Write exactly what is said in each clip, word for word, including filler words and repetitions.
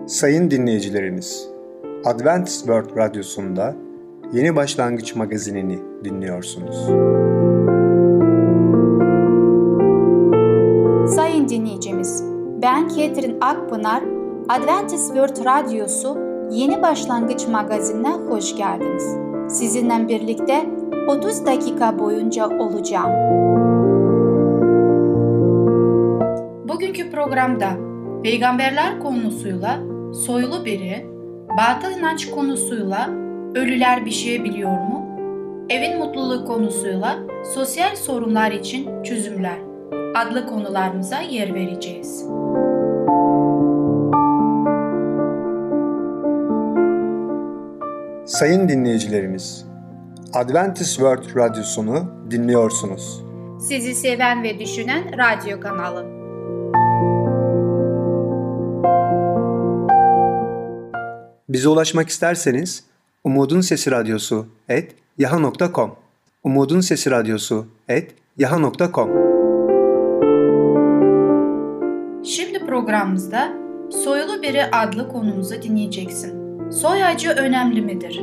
Sayın dinleyicilerimiz, Adventist World Radyosu'nda Yeni Başlangıç Magazinini dinliyorsunuz. Sayın dinleyicimiz, ben Ketrin Akpınar, Adventist World Radyosu Yeni Başlangıç Magazinine hoş geldiniz. Sizinle birlikte otuz dakika boyunca olacağım. Bugünkü programda peygamberler konusuyla soylu biri, batıl inanç konusuyla ölüler bir şey biliyor mu? Evin mutluluğu konusuyla sosyal sorunlar için çözümler adlı konularımıza yer vereceğiz. Sayın dinleyicilerimiz, Adventist World Radyosunu dinliyorsunuz. Sizi seven ve düşünen radyo kanalı. Bize ulaşmak isterseniz Umutun Sesi Radyosu et yaha nokta com Umutun Sesi Radyosu et yaha nokta com. Şimdi programımızda Soylu Biri adlı konumuzu dinleyeceksin. Soy ağacı önemli midir?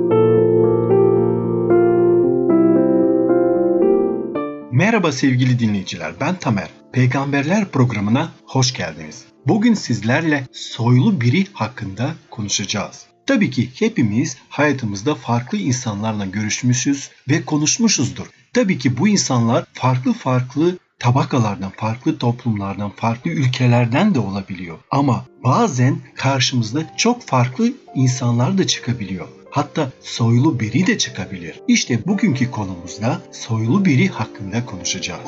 Merhaba sevgili dinleyiciler, ben Tamer. Peygamberler programına hoş geldiniz. Bugün sizlerle soylu biri hakkında konuşacağız. Tabii ki hepimiz hayatımızda farklı insanlarla görüşmüşüz ve konuşmuşuzdur. Tabii ki bu insanlar farklı farklı tabakalardan, farklı toplumlardan, farklı ülkelerden de olabiliyor. Ama bazen karşımızda çok farklı insanlar da çıkabiliyor. Hatta soylu biri de çıkabilir. İşte bugünkü konumuzda soylu biri hakkında konuşacağız.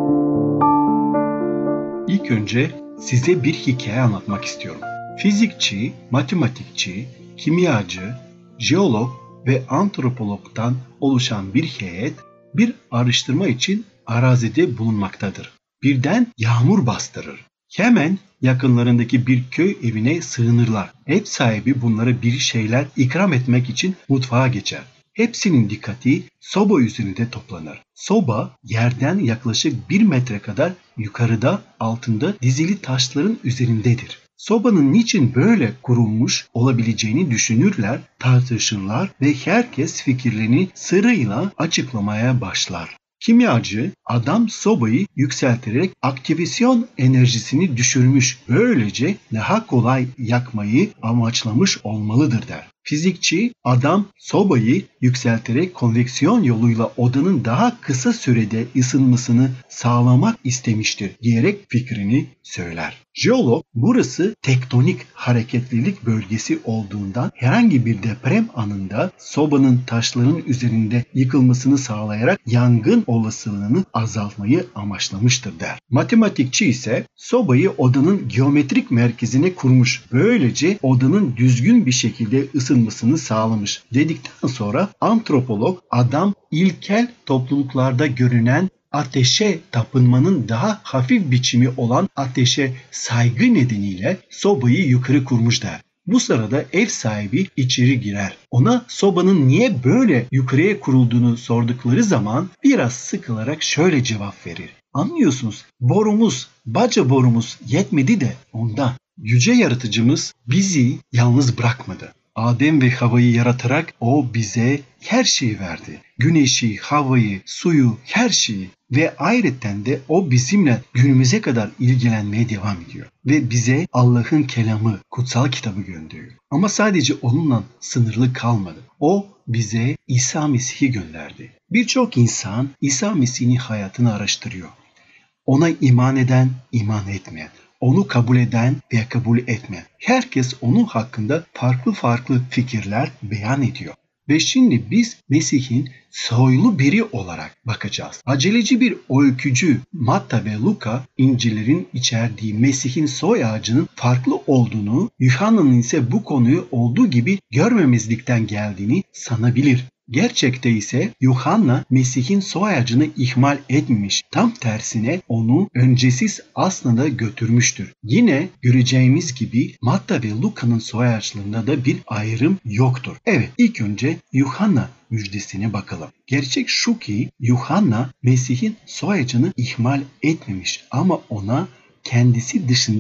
İlk önce size bir hikaye anlatmak istiyorum. Fizikçi, matematikçi, kimyacı, jeolog ve antropologdan oluşan bir heyet bir araştırma için arazide bulunmaktadır. Birden yağmur bastırır. Hemen yakınlarındaki bir köy evine sığınırlar. Ev sahibi bunlara bir şeyler ikram etmek için mutfağa geçer. Hepsinin dikkati soba üzerinde toplanır. Soba yerden yaklaşık bir metre kadar yukarıda, altında dizili taşların üzerindedir. Sobanın niçin böyle kurulmuş olabileceğini düşünürler, tartışırlar ve herkes fikirlerini sırayla açıklamaya başlar. Kimyacı adam sobayı yükselterek aktivasyon enerjisini düşürmüş, böylece daha kolay yakmayı amaçlamış olmalıdır der. Fizikçi adam sobayı yükselterek konveksiyon yoluyla odanın daha kısa sürede ısınmasını sağlamak istemiştir diyerek fikrini söyler. Jeolog burası tektonik hareketlilik bölgesi olduğundan herhangi bir deprem anında sobanın taşların üzerinde yıkılmasını sağlayarak yangın olasılığını azaltmayı amaçlamıştır der. Matematikçi ise sobayı odanın geometrik merkezine kurmuş. Böylece odanın düzgün bir şekilde ısınmasını sağlamış dedikten sonra antropolog adam ilkel topluluklarda görünen ateşe tapınmanın daha hafif biçimi olan ateşe saygı nedeniyle sobayı yukarı kurmuş der. Bu sırada ev sahibi içeri girer. Ona sobanın niye böyle yukarıya kurulduğunu sordukları zaman biraz sıkılarak şöyle cevap verir. Anlıyorsunuz, borumuz, baca borumuz yetmedi de ondan. Yüce Yaratıcımız bizi yalnız bırakmadı. Adem ve Havva'yı yaratarak o bize her şeyi verdi. Güneşi, havayı, suyu, her şeyi ve ayrıca de o bizimle günümüze kadar ilgilenmeye devam ediyor. Ve bize Allah'ın kelamı, kutsal kitabı gönderiyor. Ama sadece onunla sınırlı kalmadı. O bize İsa Mesih'i gönderdi. Birçok insan İsa Mesih'in hayatını araştırıyor. Ona iman eden, iman etmeyen. Onu kabul eden veya kabul etmeyen. Herkes onun hakkında farklı farklı fikirler beyan ediyor. Ve şimdi biz Mesih'in soylu biri olarak bakacağız. Aceleci bir öykücü Matta ve Luka İncil'lerin içerdiği Mesih'in soy ağacının farklı olduğunu, Yuhanna'nın ise bu konuyu olduğu gibi görmemezlikten geldiğini sanabilir. Gerçekte ise Yuhanna Mesih'in soy ağacını ihmal etmemiş. Tam tersine onu öncesiz aslında götürmüştür. Yine göreceğimiz gibi Matta ve Luka'nın soy ağaçlarında da bir ayrım yoktur. Evet, ilk önce Yuhanna müjdesine bakalım. Gerçek şu ki Yuhanna Mesih'in soy ağacını ihmal etmemiş ama ona kendisi dışında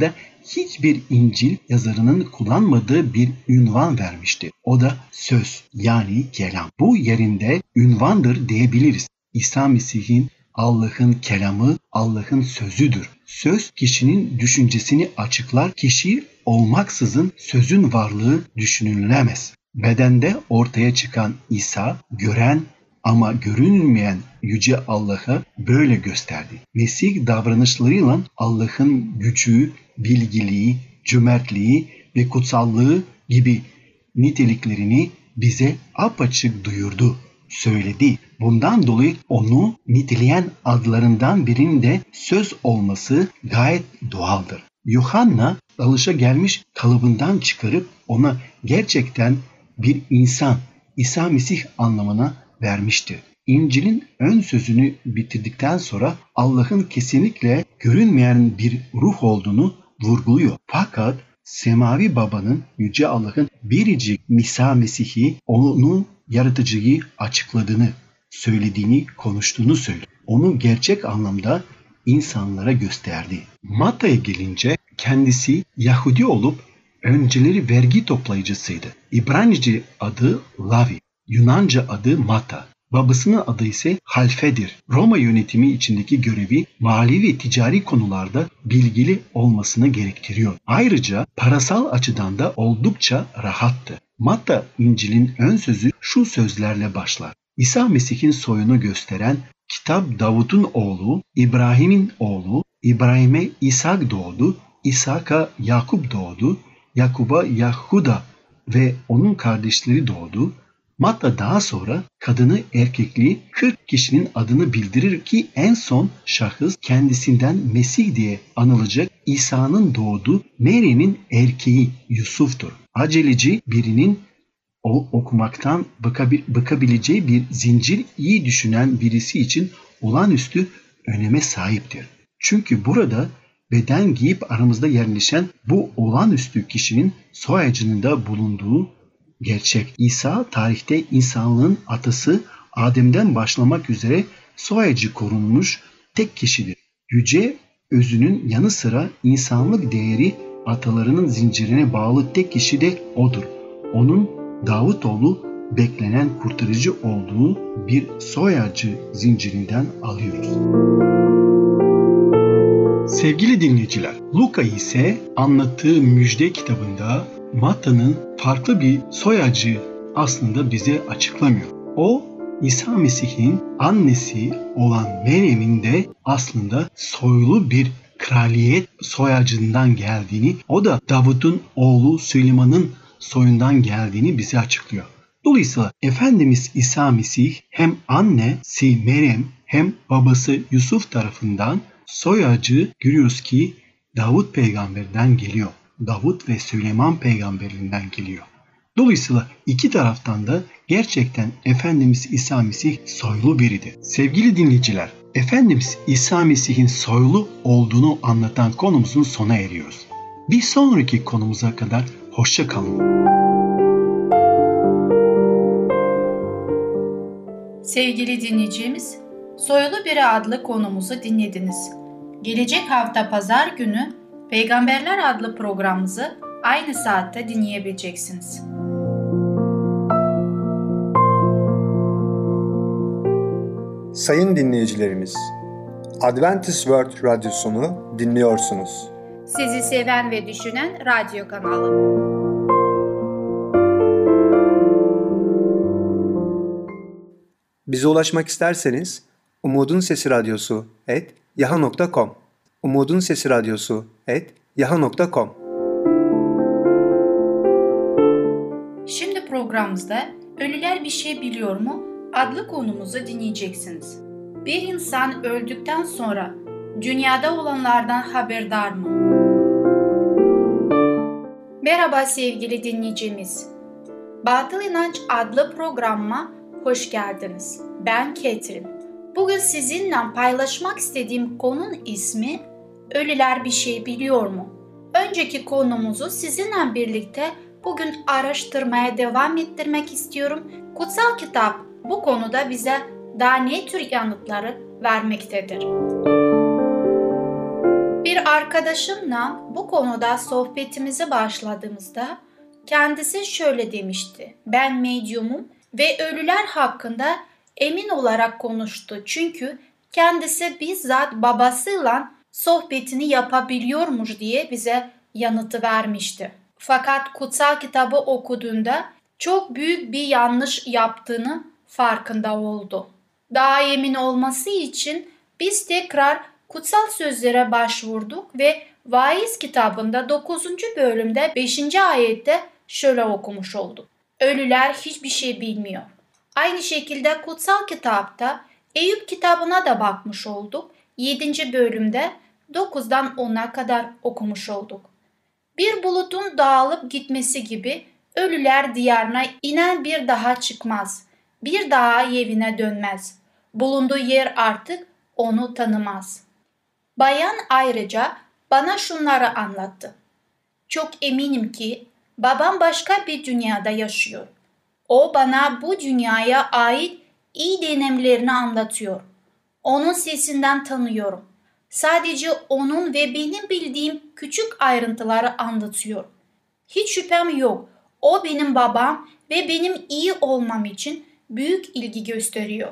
hiçbir İncil yazarının kullanmadığı bir ünvan vermişti. O da söz, yani kelam. Bu yerinde ünvandır diyebiliriz. İsa Mesih'in Allah'ın kelamı, Allah'ın sözüdür. Söz kişinin düşüncesini açıklar, kişi olmaksızın sözün varlığı düşünülemez. Bedende ortaya çıkan İsa, gören ama görünmeyen Yüce Allah'a böyle gösterdi. Mesih davranışlarıyla Allah'ın gücü, bilgiliği, cömertliği ve kutsallığı gibi niteliklerini bize apaçık duyurdu, söyledi. Bundan dolayı onu niteleyen adlarından birinin de söz olması gayet doğaldır. Yuhanna alışagelmiş kalıbından çıkarıp ona gerçekten bir insan, İsa Mesih anlamına vermiştir. İncil'in ön sözünü bitirdikten sonra Allah'ın kesinlikle görünmeyen bir ruh olduğunu vurguluyor. Fakat semavi babanın, Yüce Allah'ın biricik İsa Mesih'i, onu yaratıcıyı açıkladığını, söylediğini, konuştuğunu söylüyor. Onu gerçek anlamda insanlara gösterdi. Matta'ya gelince kendisi Yahudi olup önceleri vergi toplayıcısıydı. İbranice adı Lavi, Yunanca adı Matta. Babasının adı ise Halfe'dir. Roma yönetimi içindeki görevi mali ve ticari konularda bilgili olmasını gerektiriyor. Ayrıca parasal açıdan da oldukça rahattı. Matta İncil'in ön sözü şu sözlerle başlar. İsa Mesih'in soyunu gösteren kitap Davut'un oğlu, İbrahim'in oğlu, İbrahim'e İshak doğdu, İshak'a Yakup doğdu, Yakup'a Yahuda ve onun kardeşleri doğdu. Matta daha sonra kadını erkekliği kırk kişinin adını bildirir ki en son şahıs kendisinden Mesih diye anılacak İsa'nın doğduğu Meryem'in erkeği Yusuf'tur. Aceleci birinin o okumaktan bıkabil, bıkabileceği bir zincir iyi düşünen birisi için olağanüstü öneme sahiptir. Çünkü burada beden giyip aramızda yerleşen bu olağanüstü kişinin soyacının da bulunduğu gerçek. İsa tarihte insanlığın atası Adem'den başlamak üzere soyacı korunmuş tek kişidir. Yüce özünün yanı sıra insanlık değeri atalarının zincirine bağlı tek kişi de odur. Onun Davutoğlu beklenen kurtarıcı olduğu bir soyacı zincirinden alıyoruz. Sevgili dinleyiciler, Luka ise anlattığı müjde kitabında Matta'nın farklı bir soyacı aslında bize açıklamıyor. O İsa Mesih'in annesi olan Meryem'in de aslında soylu bir kraliyet soyacından geldiğini, o da Davut'un oğlu Süleyman'ın soyundan geldiğini bize açıklıyor. Dolayısıyla Efendimiz İsa Mesih hem annesi Meryem hem babası Yusuf tarafından soyacı görüyoruz ki Davut peygamberden geliyor. Davut ve Süleyman peygamberinden geliyor. Dolayısıyla iki taraftan da gerçekten Efendimiz İsa Mesih soylu biridir. Sevgili dinleyiciler, Efendimiz İsa Mesih'in soylu olduğunu anlatan konumuzun sona eriyoruz. Bir sonraki konumuza kadar hoşça kalın. Sevgili dinleyicimiz, Soylu Biri adlı konumuzu dinlediniz. Gelecek hafta pazar günü Peygamberler adlı programımızı aynı saatte dinleyebileceksiniz. Sayın dinleyicilerimiz, Adventist World Radyosunu dinliyorsunuz. Sizi seven ve düşünen radyo kanalı. Bize ulaşmak isterseniz Umutun Sesi Radyosu et yaha nokta com Umutun Sesi Radyosu et yaha nokta com. Şimdi programımızda Ölüler Bir Şey Biliyor Mu adlı konumuzu dinleyeceksiniz. Bir insan öldükten sonra dünyada olanlardan haberdar mı? Merhaba sevgili dinleyicimiz. Batıl İnanç adlı programıma hoş geldiniz. Ben Ketrin. Bugün sizinle paylaşmak istediğim konunun ismi Ölüler Bir Şey Biliyor Mu? Önceki konumuzu sizinle birlikte bugün araştırmaya devam ettirmek istiyorum. Kutsal kitap bu konuda bize daha ne tür yanıtları vermektedir? Bir arkadaşımla bu konuda sohbetimizi başladığımızda kendisi şöyle demişti. Ben medyumum ve ölüler hakkında emin olarak konuştu. Çünkü kendisi bizzat babasıyla sohbetini yapabiliyormuş diye bize yanıtı vermişti. Fakat kutsal kitabı okuduğunda çok büyük bir yanlış yaptığını farkında oldu. Daha emin olması için biz tekrar kutsal sözlere başvurduk ve Vaiz kitabında dokuzuncu bölümde beşinci ayette şöyle okumuş olduk. Ölüler hiçbir şey bilmiyor. Aynı şekilde kutsal kitapta Eyüp kitabına da bakmış olduk. yedinci bölümde dokuzdan ona kadar okumuş olduk. Bir bulutun dağılıp gitmesi gibi ölüler diyarına inen bir daha çıkmaz. Bir daha evine dönmez. Bulunduğu yer artık onu tanımaz. Bayan ayrıca bana şunları anlattı. Çok eminim ki babam başka bir dünyada yaşıyor. O bana bu dünyaya ait iyi deneyimlerini anlatıyor. Onun sesinden tanıyorum. Sadece onun ve benim bildiğim küçük ayrıntıları anlatıyor. Hiç şüphem yok. O benim babam ve benim iyi olmam için büyük ilgi gösteriyor.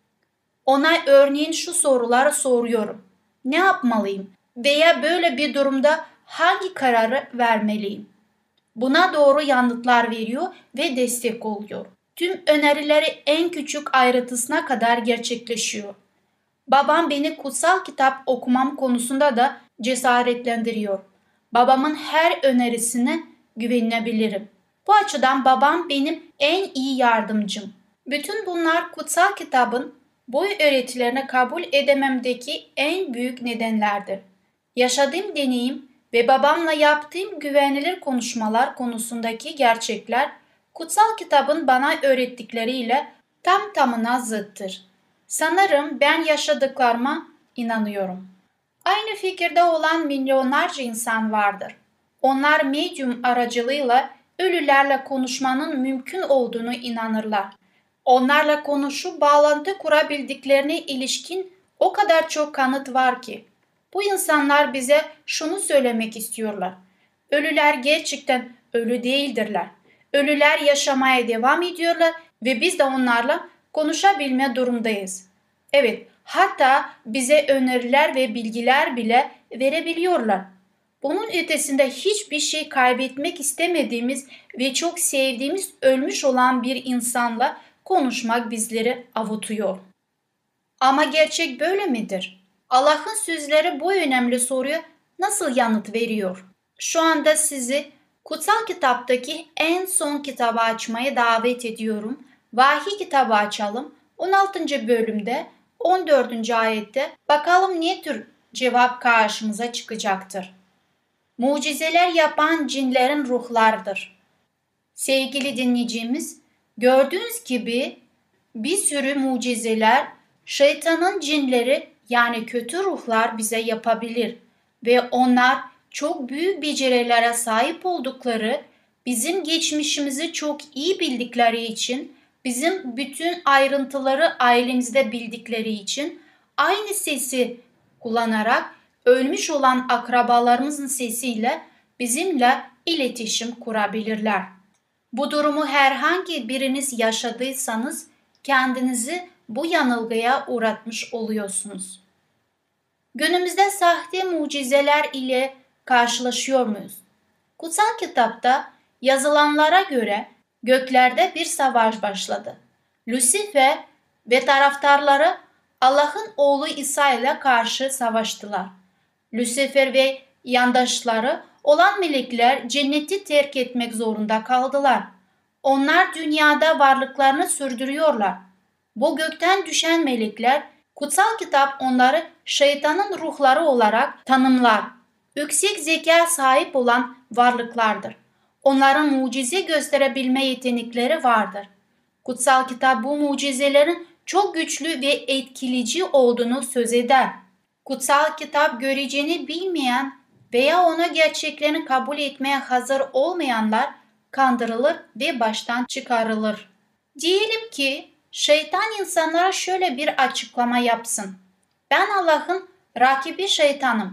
Ona örneğin şu soruları soruyorum. Ne yapmalıyım? Veya böyle bir durumda hangi kararı vermeliyim? Buna doğru yanıtlar veriyor ve destek oluyor. Tüm önerileri en küçük ayrıntısına kadar gerçekleşiyor. Babam beni kutsal kitap okumam konusunda da cesaretlendiriyor. Babamın her önerisine güvenebilirim. Bu açıdan babam benim en iyi yardımcım. Bütün bunlar kutsal kitabın bu öğretilerini kabul edememdeki en büyük nedenlerdir. Yaşadığım deneyim ve babamla yaptığım güvenilir konuşmalar konusundaki gerçekler kutsal kitabın bana öğrettikleriyle tam tamına zıttır. Sanırım ben yaşadıklarıma inanıyorum. Aynı fikirde olan milyonlarca insan vardır. Onlar medyum aracılığıyla ölülerle konuşmanın mümkün olduğunu inanırlar. Onlarla konuşup bağlantı kurabildiklerine ilişkin o kadar çok kanıt var ki. Bu insanlar bize şunu söylemek istiyorlar. Ölüler gerçekten ölü değildirler. Ölüler yaşamaya devam ediyorlar ve biz de onlarla konuşabilme durumdayız. Evet, hatta bize öneriler ve bilgiler bile verebiliyorlar. Bunun ötesinde hiçbir şey kaybetmek istemediğimiz ve çok sevdiğimiz ölmüş olan bir insanla konuşmak bizleri avutuyor. Ama gerçek böyle midir? Allah'ın sözleri bu önemli soruya nasıl yanıt veriyor? Şu anda sizi kutsal kitaptaki en son kitabı açmaya davet ediyorum. Vahiy kitabı açalım. on altıncı bölümde on dördüncü ayette bakalım ne tür cevap karşımıza çıkacaktır. Mucizeler yapan cinlerin ruhlardır. Sevgili dinleyicimiz, gördüğünüz gibi bir sürü mucizeler şeytanın cinleri yani kötü ruhlar bize yapabilir ve onlar çok büyük becerilere sahip oldukları, bizim geçmişimizi çok iyi bildikleri için, bizim bütün ayrıntıları ailemizde bildikleri için aynı sesi kullanarak ölmüş olan akrabalarımızın sesiyle bizimle iletişim kurabilirler. Bu durumu herhangi biriniz yaşadıysanız kendinizi bu yanılgıya uğratmış oluyorsunuz. Günümüzde sahte mucizeler ile karşılaşıyor muyuz? Kutsal kitapta yazılanlara göre göklerde bir savaş başladı. Lucifer ve taraftarları Allah'ın oğlu İsa ile karşı savaştılar. Lucifer ve yandaşları olan melekler cenneti terk etmek zorunda kaldılar. Onlar dünyada varlıklarını sürdürüyorlar. Bu gökten düşen melekler, kutsal kitap onları şeytanın ruhları olarak tanımlar. Yüksek zeka sahip olan varlıklardır. Onların mucize gösterebilme yetenekleri vardır. Kutsal kitap bu mucizelerin çok güçlü ve etkileyici olduğunu söz eder. Kutsal kitap göreceğini bilmeyen veya ona gerçeklerini kabul etmeye hazır olmayanlar kandırılır ve baştan çıkarılır. Diyelim ki şeytan insanlara şöyle bir açıklama yapsın. Ben Allah'ın rakibi şeytanım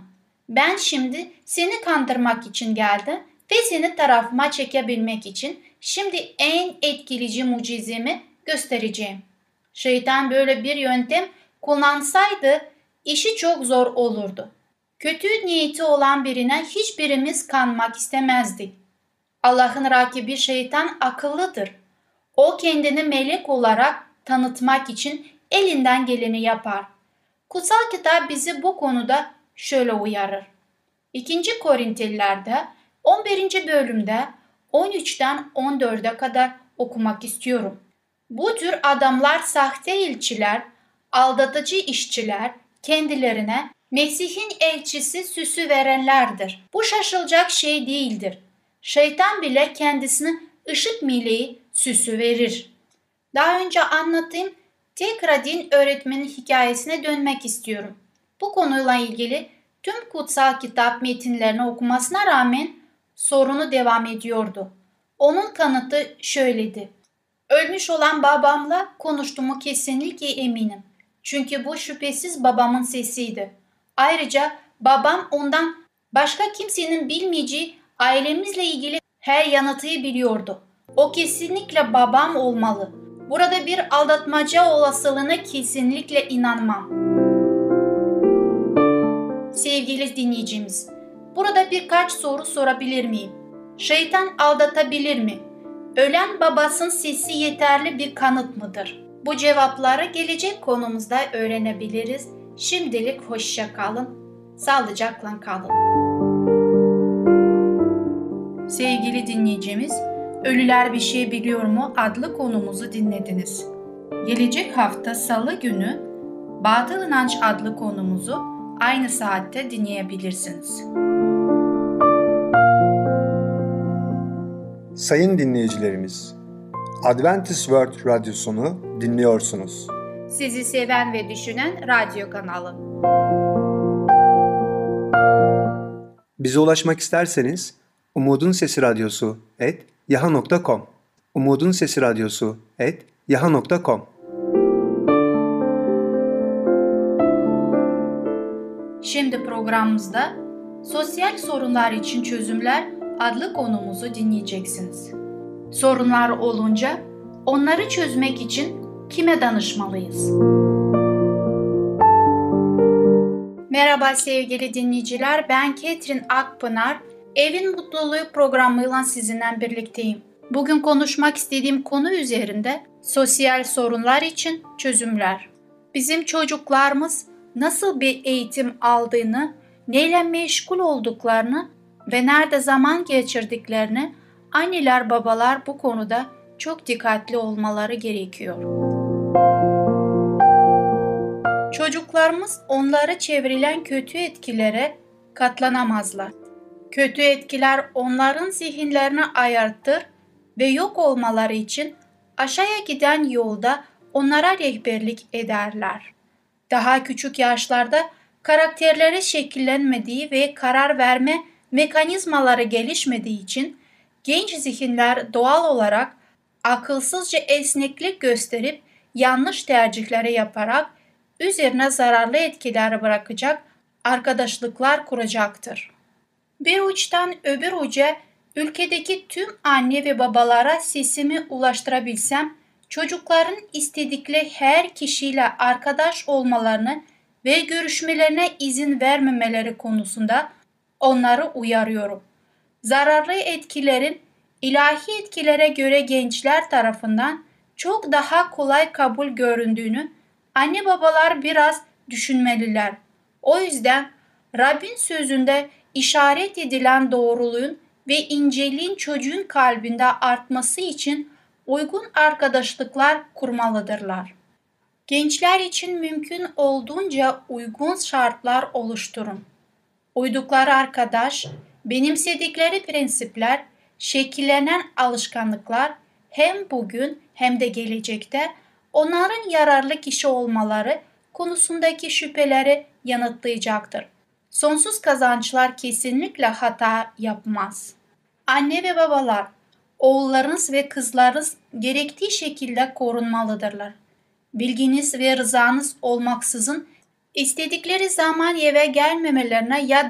Ben şimdi seni kandırmak için geldim ve seni tarafıma çekebilmek için şimdi en etkileyici mucizemi göstereceğim. Şeytan böyle bir yöntem kullansaydı işi çok zor olurdu. Kötü niyeti olan birine hiçbirimiz kanmak istemezdik. Allah'ın rakibi şeytan akıllıdır. O kendini melek olarak tanıtmak için elinden geleni yapar. Kutsal kitap bizi bu konuda şöyle uyarır. ikinci Korintliler'de on birinci bölümde on üçten on dörde kadar okumak istiyorum. Bu tür adamlar sahte elçiler, aldatıcı işçiler, kendilerine Mesih'in elçisi süsü verenlerdir. Bu şaşılacak şey değildir. Şeytan bile kendisine ışık meleği süsü verir. Daha önce anlattığım tekrar din öğretmeni hikayesine dönmek istiyorum. Bu konuyla ilgili tüm kutsal kitap metinlerini okumasına rağmen sorunu devam ediyordu. Onun kanıtı şöyleydi. Ölmüş olan babamla konuştuğumu kesinlikle eminim. Çünkü bu şüphesiz babamın sesiydi. Ayrıca babam ondan başka kimsenin bilmeyeceği ailemizle ilgili her yanıtıyı biliyordu. O kesinlikle babam olmalı. Burada bir aldatmaca olasılığına kesinlikle inanmam. Sevgili dinleyicimiz, burada birkaç soru sorabilir miyim? Şeytan aldatabilir mi? Ölen babasının sesi yeterli bir kanıt mıdır? Bu cevapları gelecek konumuzda öğrenebiliriz. Şimdilik hoşça kalın, sağlıcakla kalın. Sevgili dinleyicimiz, Ölüler Bir Şey Biliyor Mu adlı konumuzu dinlediniz. Gelecek hafta Salı günü Batıl İnanç adlı konumuzu aynı saatte dinleyebilirsiniz. Sayın dinleyicilerimiz, Adventist World Radyosunu dinliyorsunuz. Sizi seven ve düşünen radyo kanalı. Bize ulaşmak isterseniz Umutun Sesi Radyosu et yaha nokta com Umutun Sesi Radyosu et yaha nokta com. Şimdi programımızda Sosyal Sorunlar için Çözümler adlı konumuzu dinleyeceksiniz. Sorunlar olunca onları çözmek için kime danışmalıyız? Merhaba sevgili dinleyiciler, ben Ketrin Akpınar. Evin Mutluluğu programıyla sizinle birlikteyim. Bugün konuşmak istediğim konu üzerinde sosyal sorunlar için çözümler. Bizim çocuklarımız nasıl bir eğitim aldığını, neyle meşgul olduklarını ve nerede zaman geçirdiklerini anneler babalar bu konuda çok dikkatli olmaları gerekiyor. Çocuklarımız onları çevrilen kötü etkilere katlanamazlar. Kötü etkiler onların zihinlerini ayartır ve yok olmaları için aşağıya giden yolda onlara rehberlik ederler. Daha küçük yaşlarda karakterleri şekillenmediği ve karar verme mekanizmaları gelişmediği için genç zihinler doğal olarak akılsızca esneklik gösterip yanlış tercihleri yaparak üzerine zararlı etkiler bırakacak arkadaşlıklar kuracaktır. Bir uçtan öbür uca ülkedeki tüm anne ve babalara sesimi ulaştırabilsem, çocukların istedikleri her kişiyle arkadaş olmalarını ve görüşmelerine izin vermemeleri konusunda onları uyarıyorum. Zararlı etkilerin ilahi etkilere göre gençler tarafından çok daha kolay kabul göründüğünü anne babalar biraz düşünmeliler. O yüzden Rabbin sözünde işaret edilen doğruluğun ve inceliğin çocuğun kalbinde artması için uygun arkadaşlıklar kurmalıdırlar. Gençler için mümkün olduğunca uygun şartlar oluşturun. Uydukları arkadaş, benimsedikleri prensipler, şekillenen alışkanlıklar hem bugün hem de gelecekte onların yararlı kişi olmaları konusundaki şüpheleri yanıtlayacaktır. Sonsuz kazançlar kesinlikle hata yapmaz. Anne ve babalar, oğullarınız ve kızlarınız gerektiği şekilde korunmalıdırlar. Bilginiz ve rızanız olmaksızın istedikleri zaman eve gelmemelerine ya da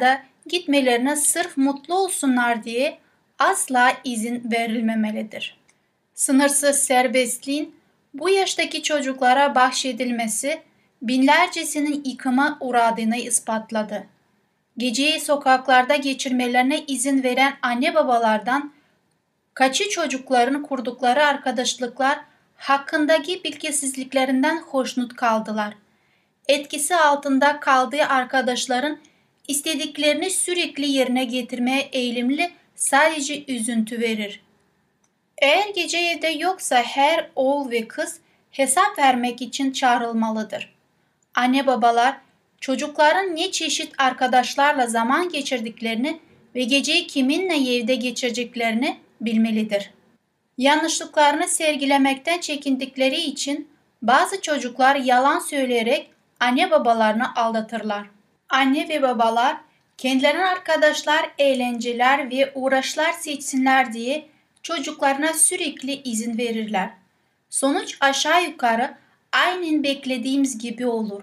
gitmelerine sırf mutlu olsunlar diye asla izin verilmemelidir. Sınırsız serbestliğin bu yaştaki çocuklara bahşedilmesi binlercesinin yıkıma uğradığını ispatladı. Geceyi sokaklarda geçirmelerine izin veren anne babalardan kaçı çocukların kurdukları arkadaşlıklar hakkındaki bilgisizliklerinden hoşnut kaldılar. Etkisi altında kaldığı arkadaşların istediklerini sürekli yerine getirmeye eğilimli sadece üzüntü verir. Eğer gece evde yoksa her oğul ve kız hesap vermek için çağrılmalıdır. Anne babalar çocukların ne çeşit arkadaşlarla zaman geçirdiklerini ve geceyi kiminle evde geçireceklerini bilmelidir. Yanlışlıklarını sergilemekten çekindikleri için bazı çocuklar yalan söyleyerek anne babalarını aldatırlar. Anne ve babalar kendilerine arkadaşlar, eğlenceler ve uğraşlar seçsinler diye çocuklarına sürekli izin verirler. Sonuç aşağı yukarı aynen beklediğimiz gibi olur.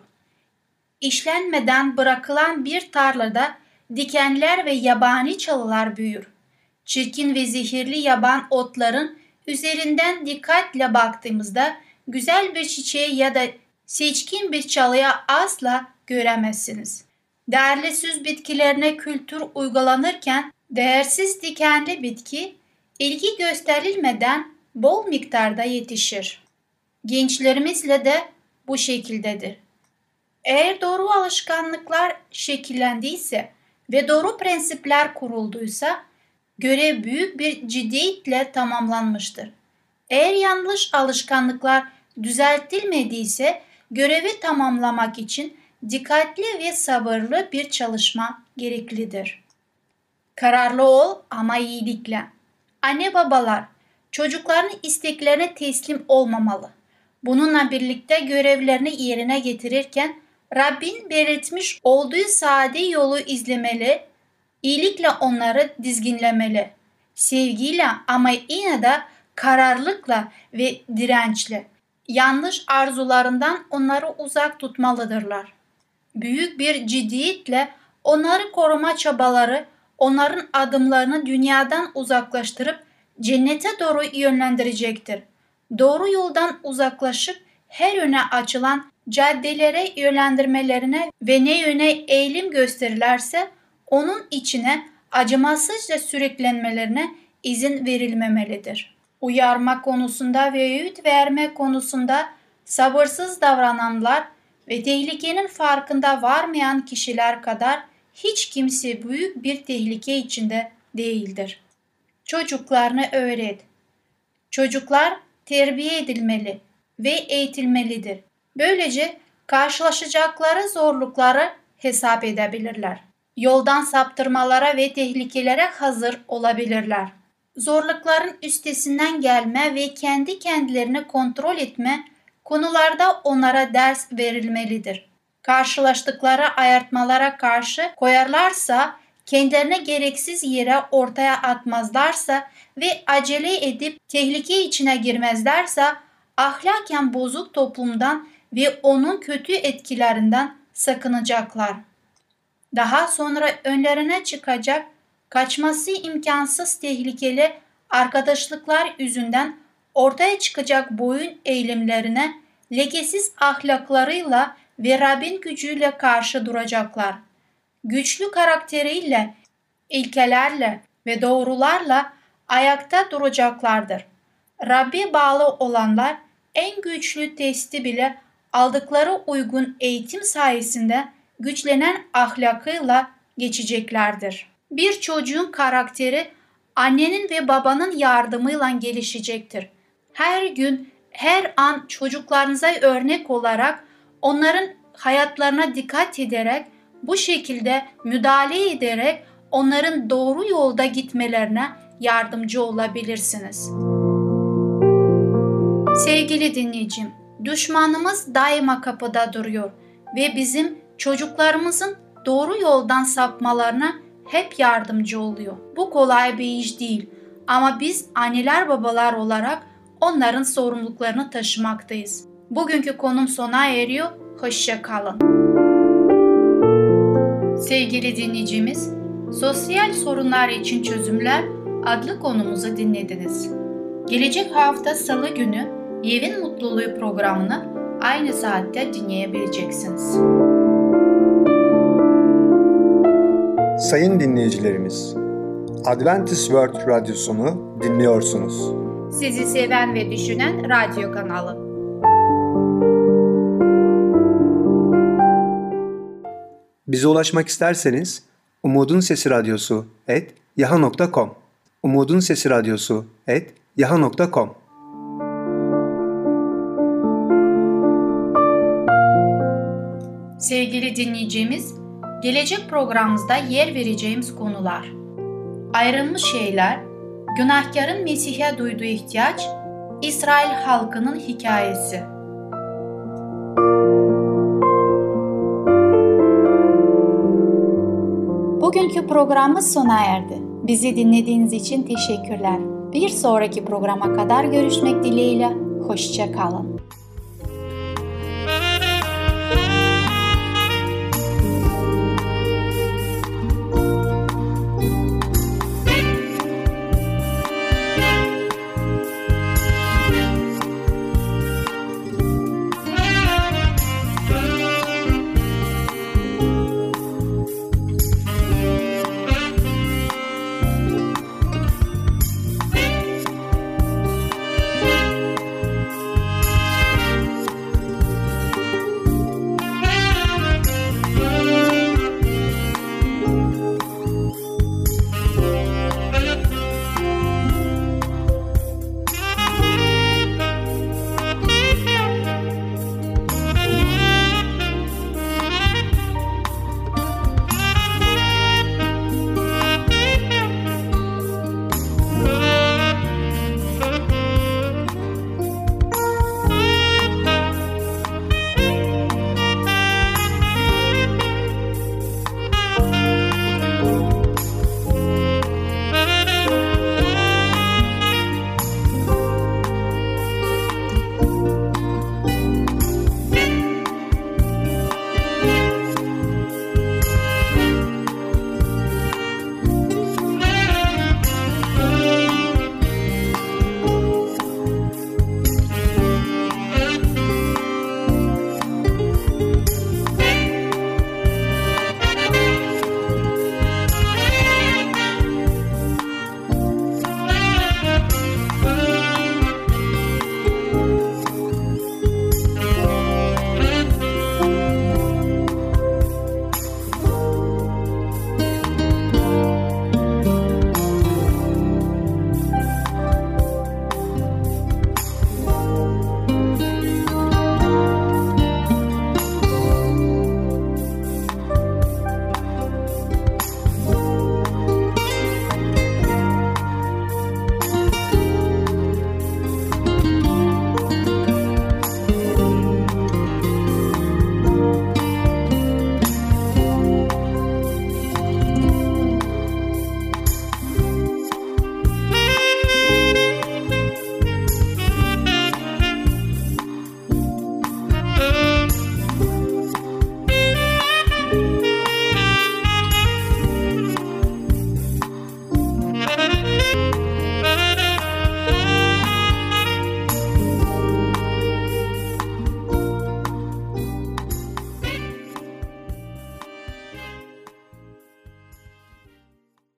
İşlenmeden bırakılan bir tarlada dikenler ve yabani çalılar büyür. Çirkin ve zehirli yaban otların üzerinden dikkatle baktığımızda güzel bir çiçeği ya da seçkin bir çalıya asla göremezsiniz. Değerli süs bitkilerine kültür uygulanırken değersiz dikenli bitki ilgi gösterilmeden bol miktarda yetişir. Gençlerimizle de bu şekildedir. Eğer doğru alışkanlıklar şekillendiyse ve doğru prensipler kurulduysa görev büyük bir ciddiyetle tamamlanmıştır. Eğer yanlış alışkanlıklar düzeltilmediyse görevi tamamlamak için dikkatli ve sabırlı bir çalışma gereklidir. Kararlı ol ama iyilikle. Anne babalar çocukların isteklerine teslim olmamalı. Bununla birlikte görevlerini yerine getirirken Rabbin belirtmiş olduğu sade yolu izlemeli, iyilikle onları dizginlemeli. Sevgiyle ama yine de kararlılıkla ve dirençle. Yanlış arzularından onları uzak tutmalıdırlar. Büyük bir ciddiyetle onları koruma çabaları onların adımlarını dünyadan uzaklaştırıp cennete doğru yönlendirecektir. Doğru yoldan uzaklaşıp her yöne açılan caddelere yönlendirmelerine ve ne yöne eğilim gösterirlerse onun içine acımasızca sürüklenmelerine izin verilmemelidir. Uyarma konusunda ve öğüt verme konusunda sabırsız davrananlar ve tehlikenin farkında varmayan kişiler kadar hiç kimse büyük bir tehlike içinde değildir. Çocuklarını öğret. Çocuklar terbiye edilmeli ve eğitilmelidir. Böylece karşılaşacakları zorlukları hesap edebilirler. Yoldan saptırmalara ve tehlikelere hazır olabilirler. Zorlukların üstesinden gelme ve kendi kendilerini kontrol etme konularda onlara ders verilmelidir. Karşılaştıkları ayartmalara karşı koyarlarsa, kendilerine gereksiz yere ortaya atmazlarsa ve acele edip tehlike içine girmezlerse, ahlaken bozuk toplumdan ve onun kötü etkilerinden sakınacaklar. Daha sonra önlerine çıkacak, kaçması imkansız tehlikeli arkadaşlıklar yüzünden ortaya çıkacak boyun eğilimlerine lekesiz ahlaklarıyla ve Rabbin gücüyle karşı duracaklar. Güçlü karakteriyle, ilkelerle ve doğrularla ayakta duracaklardır. Rabbe bağlı olanlar en güçlü testi bile aldıkları uygun eğitim sayesinde güçlenen ahlakıyla geçeceklerdir. Bir çocuğun karakteri annenin ve babanın yardımıyla gelişecektir. Her gün, her an çocuklarınıza örnek olarak onların hayatlarına dikkat ederek, bu şekilde müdahale ederek onların doğru yolda gitmelerine yardımcı olabilirsiniz. Sevgili dinleyicim, düşmanımız daima kapıda duruyor ve bizim çocuklarımızın doğru yoldan sapmalarına hep yardımcı oluyor. Bu kolay bir iş değil ama biz anneler babalar olarak onların sorumluluklarını taşımaktayız. Bugünkü konum sona eriyor. Hoşça kalın. Sevgili dinleyicimiz, Sosyal sorunlar için çözümler adlı konumuzu dinlediniz. Gelecek hafta Salı günü Evin Mutluluğu programını aynı saatte dinleyebileceksiniz. Sayın dinleyicilerimiz, Adventist World Radyosunu dinliyorsunuz. Sizi seven ve düşünen radyo kanalı. Bize ulaşmak isterseniz Umutun Sesi Radyosu et yaha nokta com Umutun Sesi Radyosu et yaha nokta com Sevgili dinleyicimiz, gelecek programımızda yer vereceğimiz konular: ayrılmış şeyler, günahkarın Mesih'e duyduğu ihtiyaç, İsrail halkının hikayesi. Bugünkü programımız sona erdi. Bizi dinlediğiniz için teşekkürler. Bir sonraki programa kadar görüşmek dileğiyle, hoşça kalın.